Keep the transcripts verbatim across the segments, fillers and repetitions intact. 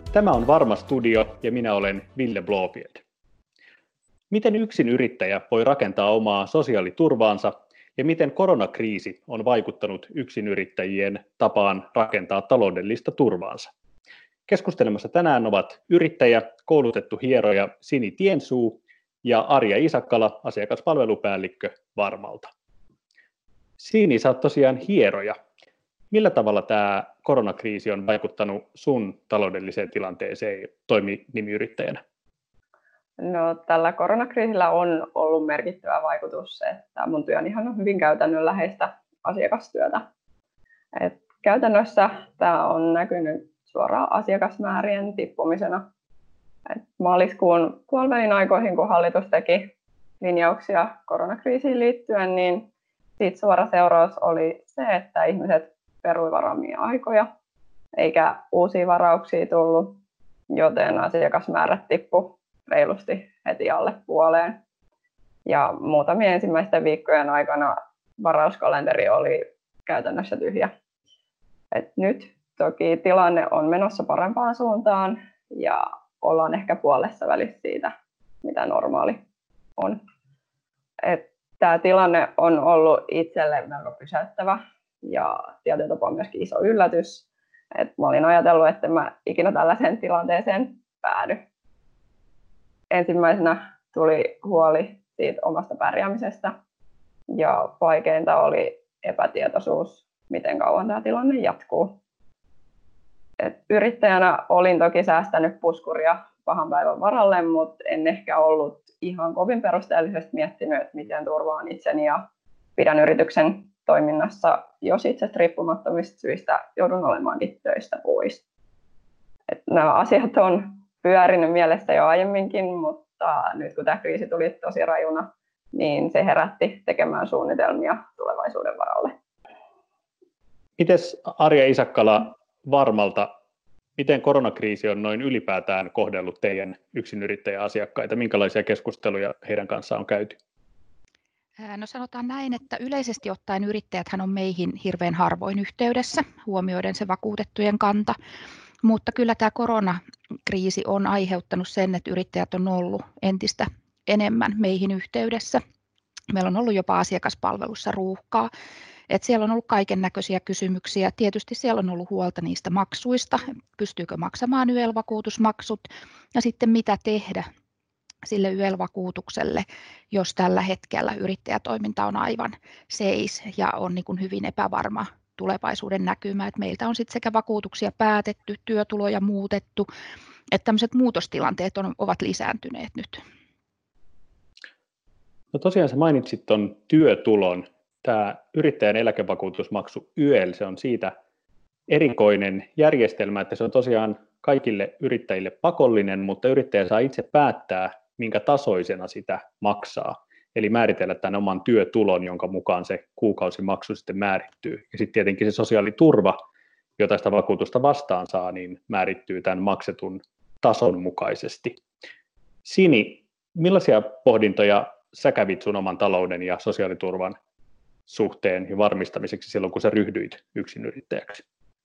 Tämä on Varma Studio ja minä olen Ville Blåfield. Miten yksin yrittäjä voi rakentaa omaa sosiaaliturvaansa ja miten koronakriisi on vaikuttanut yksinyrittäjien tapaan rakentaa taloudellista turvaansa? Keskustelemassa tänään ovat yrittäjä, koulutettu hieroja Sini Tiensuu ja Arja Isakkala, asiakaspalvelupäällikkö Varmalta. Sini, sä oot tosiaan hieroja. Millä tavalla tämä koronakriisi on vaikuttanut sun taloudelliseen tilanteeseen toiminimiyrittäjänä? No, tällä koronakriisillä on ollut merkittävä vaikutus, että mun työ on ihan hyvin käytännönläheistä asiakastyötä. Et käytännössä tämä on näkynyt suoraan asiakasmäärien tippumisena. Et maaliskuun puolivälin aikoihin, kun hallitus teki linjauksia koronakriisiin liittyen, niin siitä suora seuraus oli se, että ihmiset perui varaamia aikoja, eikä uusia varauksia tullut, joten asiakasmäärät tippu reilusti heti alle puoleen. Ja muutamien ensimmäisten viikkojen aikana varauskalenteri oli käytännössä tyhjä. Et nyt toki tilanne on menossa parempaan suuntaan ja ollaan ehkä puolessa välissä siitä, mitä normaali on. Tämä tilanne on ollut itselle melko pysäyttävä ja tietyllä tapaa myöskin iso yllätys. Et mä olin ajatellut, että mä ikinä tällaiseen tilanteeseen päädy. Ensimmäisenä tuli huoli siitä omasta pärjäämisestä ja vaikeinta oli epätietoisuus, miten kauan tämä tilanne jatkuu. Et yrittäjänä olin toki säästänyt puskuria pahan päivän varalle, mutta en ehkä ollut ihan kovin perusteellisesti miettinyt, että miten turvaan itseni ja pidän yrityksen toiminnassa, jos itse riippumattomista syistä joudun olemaankin töistä pois. Et nämä asiat on pyörinyt mielessä jo aiemminkin, mutta nyt kun tämä kriisi tuli tosi rajuna, niin se herätti tekemään suunnitelmia tulevaisuuden varalle. Mites Arja Isakkala Varmalta, miten koronakriisi on noin ylipäätään kohdellut teidän yksinyrittäjäasiakkaita? Minkälaisia keskusteluja heidän kanssaan on käyty? No sanotaan näin, että yleisesti ottaen yrittäjäthän on meihin hirveän harvoin yhteydessä, huomioiden se vakuutettujen kanta. Mutta kyllä tämä koronakriisi on aiheuttanut sen, että yrittäjät on ollut entistä enemmän meihin yhteydessä. Meillä on ollut jopa asiakaspalvelussa ruuhkaa. Et siellä on ollut kaiken näköisiä kysymyksiä. Tietysti siellä on ollut huolta niistä maksuista, pystyykö maksamaan Y E L-vakuutusmaksut ja sitten mitä tehdä sille Y E L-vakuutukselle, jos tällä hetkellä yrittäjätoiminta on aivan seis ja on niin kuin hyvin epävarma tulevaisuuden näkymä. Et meiltä on sit sekä vakuutuksia päätetty, työtuloja muutettu, että tämmöiset muutostilanteet on, ovat lisääntyneet nyt. No tosiaan sä mainitsit tuon työtulon. Tämä yrittäjän eläkevakuutusmaksu Y E L, se on siitä erikoinen järjestelmä, että se on tosiaan kaikille yrittäjille pakollinen, mutta yrittäjä saa itse päättää, minkä tasoisena sitä maksaa. Eli määritellä tämän oman työtulon, jonka mukaan se kuukausimaksu sitten määrittyy. Ja sitten tietenkin se sosiaaliturva, jota sitä vakuutusta vastaan saa, niin määrittyy tämän maksetun tason mukaisesti. Sini, millaisia pohdintoja sä kävit sun oman talouden ja sosiaaliturvan suhteen ja varmistamiseksi silloin, kun sä ryhdyit yksinyrittäjäksi?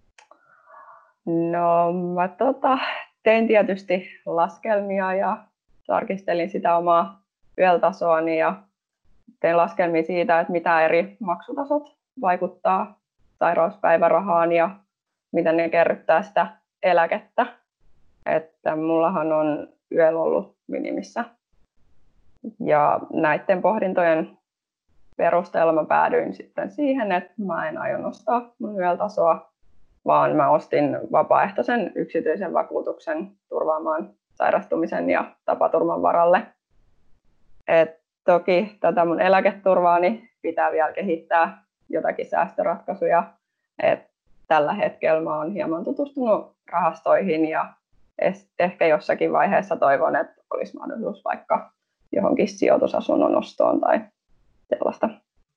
No mä tota, tein tietysti laskelmia ja tarkistelin sitä omaa Y E L-tasoani ja tein laskelmia siitä, että mitä eri maksutasot vaikuttaa sairauspäivärahaan ja miten ne kerryttää sitä eläkettä. Että mullahan on Y E L ollut minimissä. Ja näiden pohdintojen perusteella mä päädyin sitten siihen, että mä en aio nostaa mun Y E L-tasoa, vaan mä ostin vapaaehtoisen yksityisen vakuutuksen turvaamaan sairastumisen ja tapaturman varalle. Et toki tätä mun eläketurvaani pitää vielä kehittää jotakin säästöratkaisuja. Et tällä hetkellä mä oon hieman tutustunut rahastoihin ja ehkä jossakin vaiheessa toivon, että olisi mahdollisuus vaikka johonkin sijoitusasunnon ostoon tai sellaista.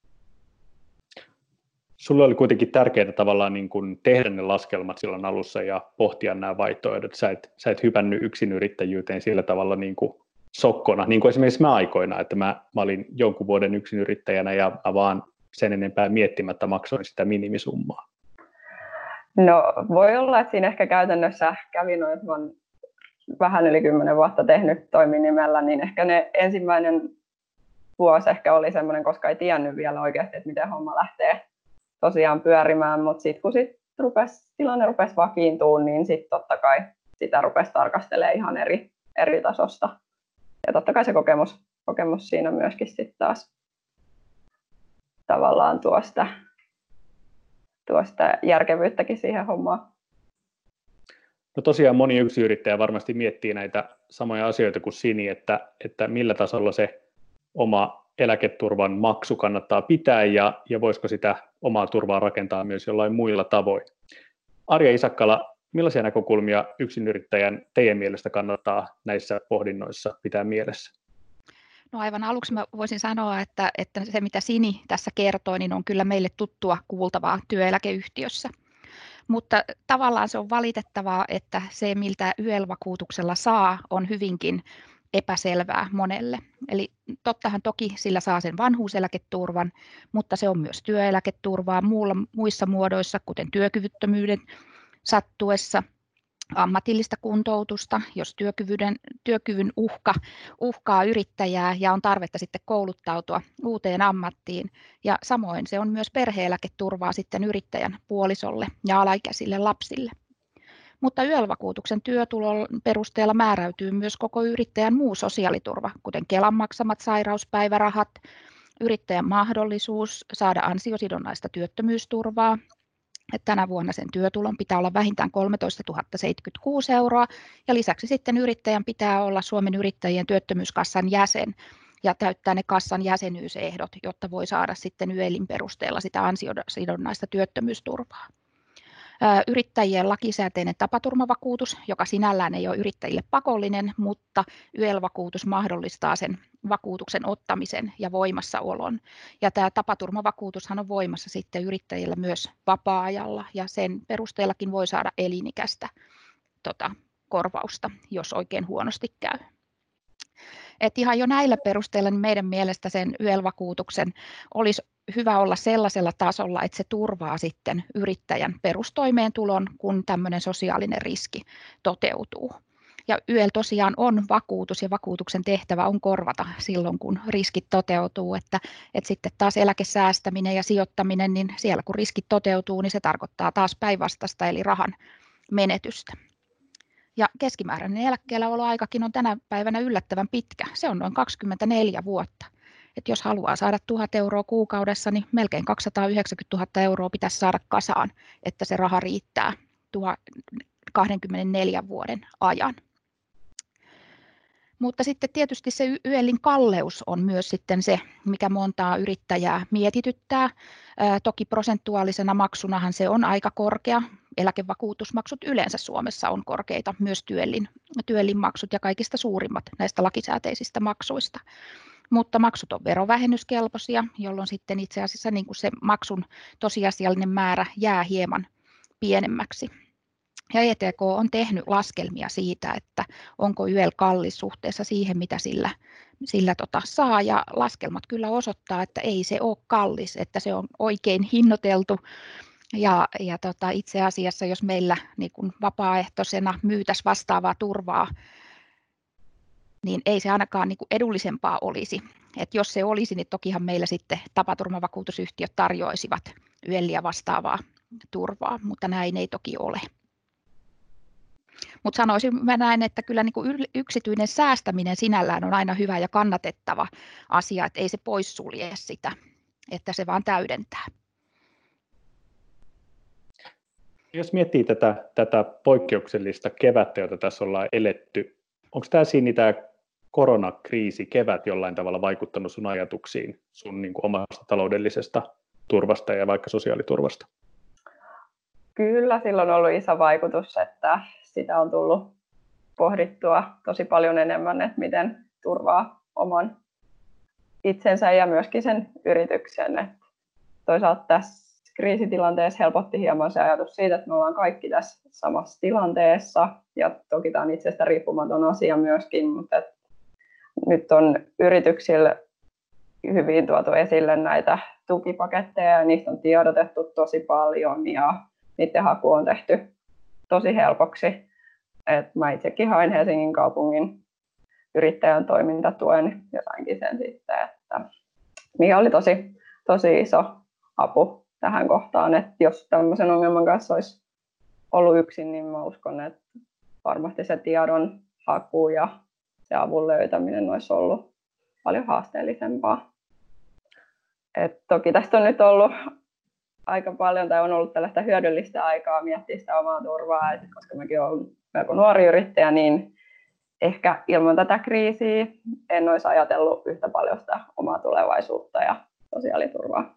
Sulle oli kuitenkin tärkeää tavallaan niin kuin tehdä ne laskelmat silloin alussa ja pohtia nämä vaihtoehdot. Sä et, sä et hypännyt yksinyrittäjyyteen sillä tavalla niin kuin sokkona, niin kuin esimerkiksi mä aikoina, että mä, mä olin jonkun vuoden yksinyrittäjänä ja mä vaan sen enempää miettimättä maksoin sitä minimisummaa. No voi olla, että siinä ehkä käytännössä kävi noin, että olen vähän yli kymmenen vuotta tehnyt toiminimellä, niin ehkä ne ensimmäinen vuosi ehkä oli semmoinen, koska ei tiennyt vielä oikeasti, että miten homma lähtee tosiaan pyörimään, mutta sitten kun sit rupes, tilanne rupesi vakiintumaan, niin sitten totta kai sitä rupesi tarkastelemaan ihan eri, eri tasosta. Ja totta kai se kokemus, kokemus siinä myöskin sitten taas tavallaan tuosta, tuosta järkevyyttäkin siihen hommaan. No tosiaan moni yksiyrittäjä varmasti miettii näitä samoja asioita kuin Sini, että, että millä tasolla se oma eläketurvan maksu kannattaa pitää ja, ja voisiko sitä omaa turvaa rakentaa myös jollain muilla tavoin. Arja Isakkala, millaisia näkökulmia yksinyrittäjän teidän mielestä kannattaa näissä pohdinnoissa pitää mielessä? No aivan aluksi mä voisin sanoa, että, että se mitä Sini tässä kertoi, niin on kyllä meille tuttua kuultavaa työeläkeyhtiössä. Mutta tavallaan se on valitettavaa, että se miltä Y E L-vakuutuksella saa on hyvinkin epäselvää monelle. Eli tottahan toki sillä saa sen vanhuuseläketurvan, mutta se on myös työeläketurvaa muulla, muissa muodoissa, kuten työkyvyttömyyden sattuessa, ammatillista kuntoutusta, jos työkyvyn, työkyvyn uhka uhkaa yrittäjää ja on tarvetta sitten kouluttautua uuteen ammattiin. Ja samoin se on myös perhe-eläketurvaa sitten yrittäjän puolisolle ja alaikäisille lapsille. Mutta Y E L-vakuutuksen työtulon perusteella määräytyy myös koko yrittäjän muu sosiaaliturva, kuten Kelan maksamat sairauspäivärahat, yrittäjän mahdollisuus saada ansiosidonnaista työttömyysturvaa. Tänä vuonna sen työtulon pitää olla vähintään kolmetoistatuhatta seitsemänkymmentäkuusi euroa ja lisäksi sitten yrittäjän pitää olla Suomen yrittäjien työttömyyskassan jäsen ja täyttää ne kassan jäsenyysehdot, jotta voi saada sitten Y E L:n perusteella sitä ansiosidonnaista työttömyysturvaa. Yrittäjien lakisääteinen tapaturmavakuutus, joka sinällään ei ole yrittäjille pakollinen, mutta Y E L-vakuutus mahdollistaa sen vakuutuksen ottamisen ja voimassaolon. Ja tämä tapaturmavakuutushan on voimassa sitten yrittäjillä myös vapaa-ajalla ja sen perusteellakin voi saada elinikäistä tota, korvausta, jos oikein huonosti käy. Et ihan jo näillä perusteilla niin meidän mielestä sen Y E L-vakuutuksen olisi hyvä olla sellaisella tasolla, että se turvaa sitten yrittäjän perustoimeentulon, kun tämmöinen sosiaalinen riski toteutuu. Ja Y E L tosiaan on vakuutus ja vakuutuksen tehtävä on korvata silloin, kun riskit toteutuu, että, että sitten taas eläkesäästäminen ja sijoittaminen, niin siellä kun riskit toteutuu, niin se tarkoittaa taas päinvastaista eli rahan menetystä. Ja keskimääräinen eläkkeelläoloaikakin on tänä päivänä yllättävän pitkä. Se on noin kaksikymmentäneljä vuotta. Et jos haluaa saada tuhat euroa kuukaudessa, niin melkein kaksisataayhdeksänkymmentätuhatta euroa pitäisi saada kasaan, että se raha riittää kaksikymmentäneljä vuoden ajan. Mutta sitten tietysti se Y E L:n kalleus on myös sitten se, mikä montaa yrittäjää mietityttää. Toki prosentuaalisena maksunahan se on aika korkea. Eläkevakuutusmaksut yleensä Suomessa on korkeita, myös Y E L:n, Y E L:n maksut ja kaikista suurimmat näistä lakisääteisistä maksuista. Mutta maksut on verovähennyskelpoisia, jolloin sitten itse asiassa niin kuin se maksun tosiasiallinen määrä jää hieman pienemmäksi. Ja E T K on tehnyt laskelmia siitä, että onko Y E L kallis suhteessa siihen, mitä sillä, sillä tota saa. Ja laskelmat kyllä osoittaa, että ei se ole kallis, että se on oikein hinnoiteltu. Ja, ja tota, itse asiassa, jos meillä niin kuin vapaaehtoisena myytäisiin vastaavaa turvaa, niin ei se ainakaan niin kuin edullisempaa olisi. Et jos se olisi, niin tokihan meillä sitten tapaturmavakuutusyhtiöt tarjoaisivat Y E Liä vastaavaa turvaa, mutta näin ei toki ole. Mutta sanoisin mä näin, että kyllä niin kuin yksityinen säästäminen sinällään on aina hyvä ja kannatettava asia, että ei se poissulje sitä, että se vaan täydentää. Jos miettii tätä, tätä poikkeuksellista kevättä, jota tässä ollaan eletty, onko tämä siinä tämä koronakriisi kevät jollain tavalla vaikuttanut sun ajatuksiin sun niin kuin omasta taloudellisesta turvasta ja vaikka sosiaaliturvasta? Kyllä, sillä on ollut iso vaikutus, että sitä on tullut pohdittua tosi paljon enemmän, että miten turvaa oman itsensä ja myöskin sen yrityksen. Että toisaalta tässä kriisitilanteessa helpotti hieman se ajatus siitä, että me ollaan kaikki tässä samassa tilanteessa ja toki tämä on itsestä riippumaton asia myöskin, mutta että nyt on yrityksillä hyvin tuotu esille näitä tukipaketteja ja niistä on tiedotettu tosi paljon ja niiden haku on tehty tosi helpoksi. Et mä itsekin hain Helsingin kaupungin yrittäjän toimintatuen ja sainkin sen sitten, että mikä oli tosi, tosi iso apu tähän kohtaan. Et jos tämmöisen ongelman kanssa olisi ollut yksin, niin mä uskon, että varmasti se tiedon haku ja se avun löytäminen olisi ollut paljon haasteellisempaa. Et toki tästä on nyt ollut aika paljon, tai on ollut tällaista hyödyllistä aikaa miettiä sitä omaa turvaa, et koska mäkin olen melko nuori yrittäjä, niin ehkä ilman tätä kriisiä en olisi ajatellut yhtä paljon sitä omaa tulevaisuutta ja sosiaaliturvaa.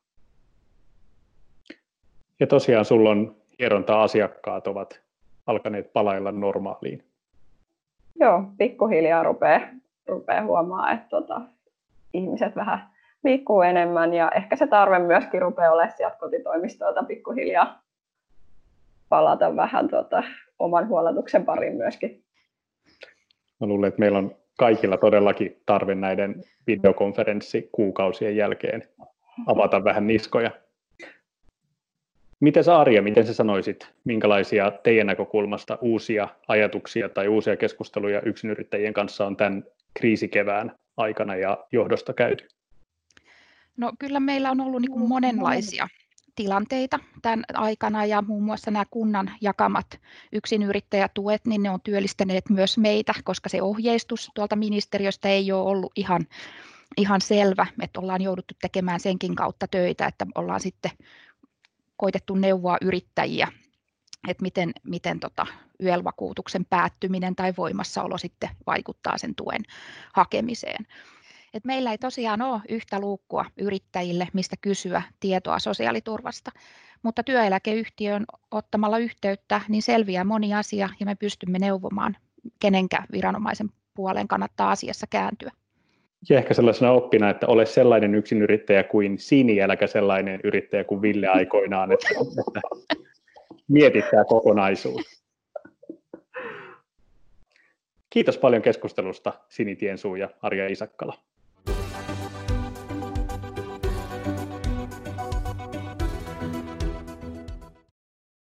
Ja tosiaan sulla on hieronta-asiakkaat ovat alkaneet palailla normaaliin. Joo, pikkuhiljaa rupeaa, rupeaa huomaa, että tota, ihmiset vähän liikkuu enemmän ja ehkä se tarve myöskin rupeaa olemaan sieltä kotitoimistoilta pikkuhiljaa palata vähän tota, oman huoletuksen pariin myöskin. Mä luulen, että meillä on kaikilla todellakin tarve näiden videokonferenssikuukausien jälkeen avata vähän niskoja. Miten Arja, miten sä sanoisit, minkälaisia teidän näkökulmasta uusia ajatuksia tai uusia keskusteluja yksinyrittäjien kanssa on tämän kriisikevään aikana ja johdosta käyty? No kyllä meillä on ollut niin kuin monenlaisia tilanteita tämän aikana ja muun muassa nämä kunnan jakamat yksinyrittäjätuet, niin ne on työllistäneet myös meitä, koska se ohjeistus tuolta ministeriöstä ei ole ollut ihan, ihan selvä, että ollaan jouduttu tekemään senkin kautta töitä, että ollaan sitten koitettu neuvoa yrittäjiä, että miten, miten tota Y E L-vakuutuksen päättyminen tai voimassaolo sitten vaikuttaa sen tuen hakemiseen. Et meillä ei tosiaan ole yhtä luukkua yrittäjille, mistä kysyä tietoa sosiaaliturvasta, mutta työeläkeyhtiön ottamalla yhteyttä niin selviää moni asia ja me pystymme neuvomaan, kenenkä viranomaisen puoleen kannattaa asiassa kääntyä. Ja ehkä sellaisena oppina, että ole sellainen yksinyrittäjä kuin Sini, äläkä sellainen yrittäjä kuin Ville aikoinaan, että, että mietit tämä kokonaisuus. Kiitos paljon keskustelusta, Sini Tiensuu ja Arja Isakkala.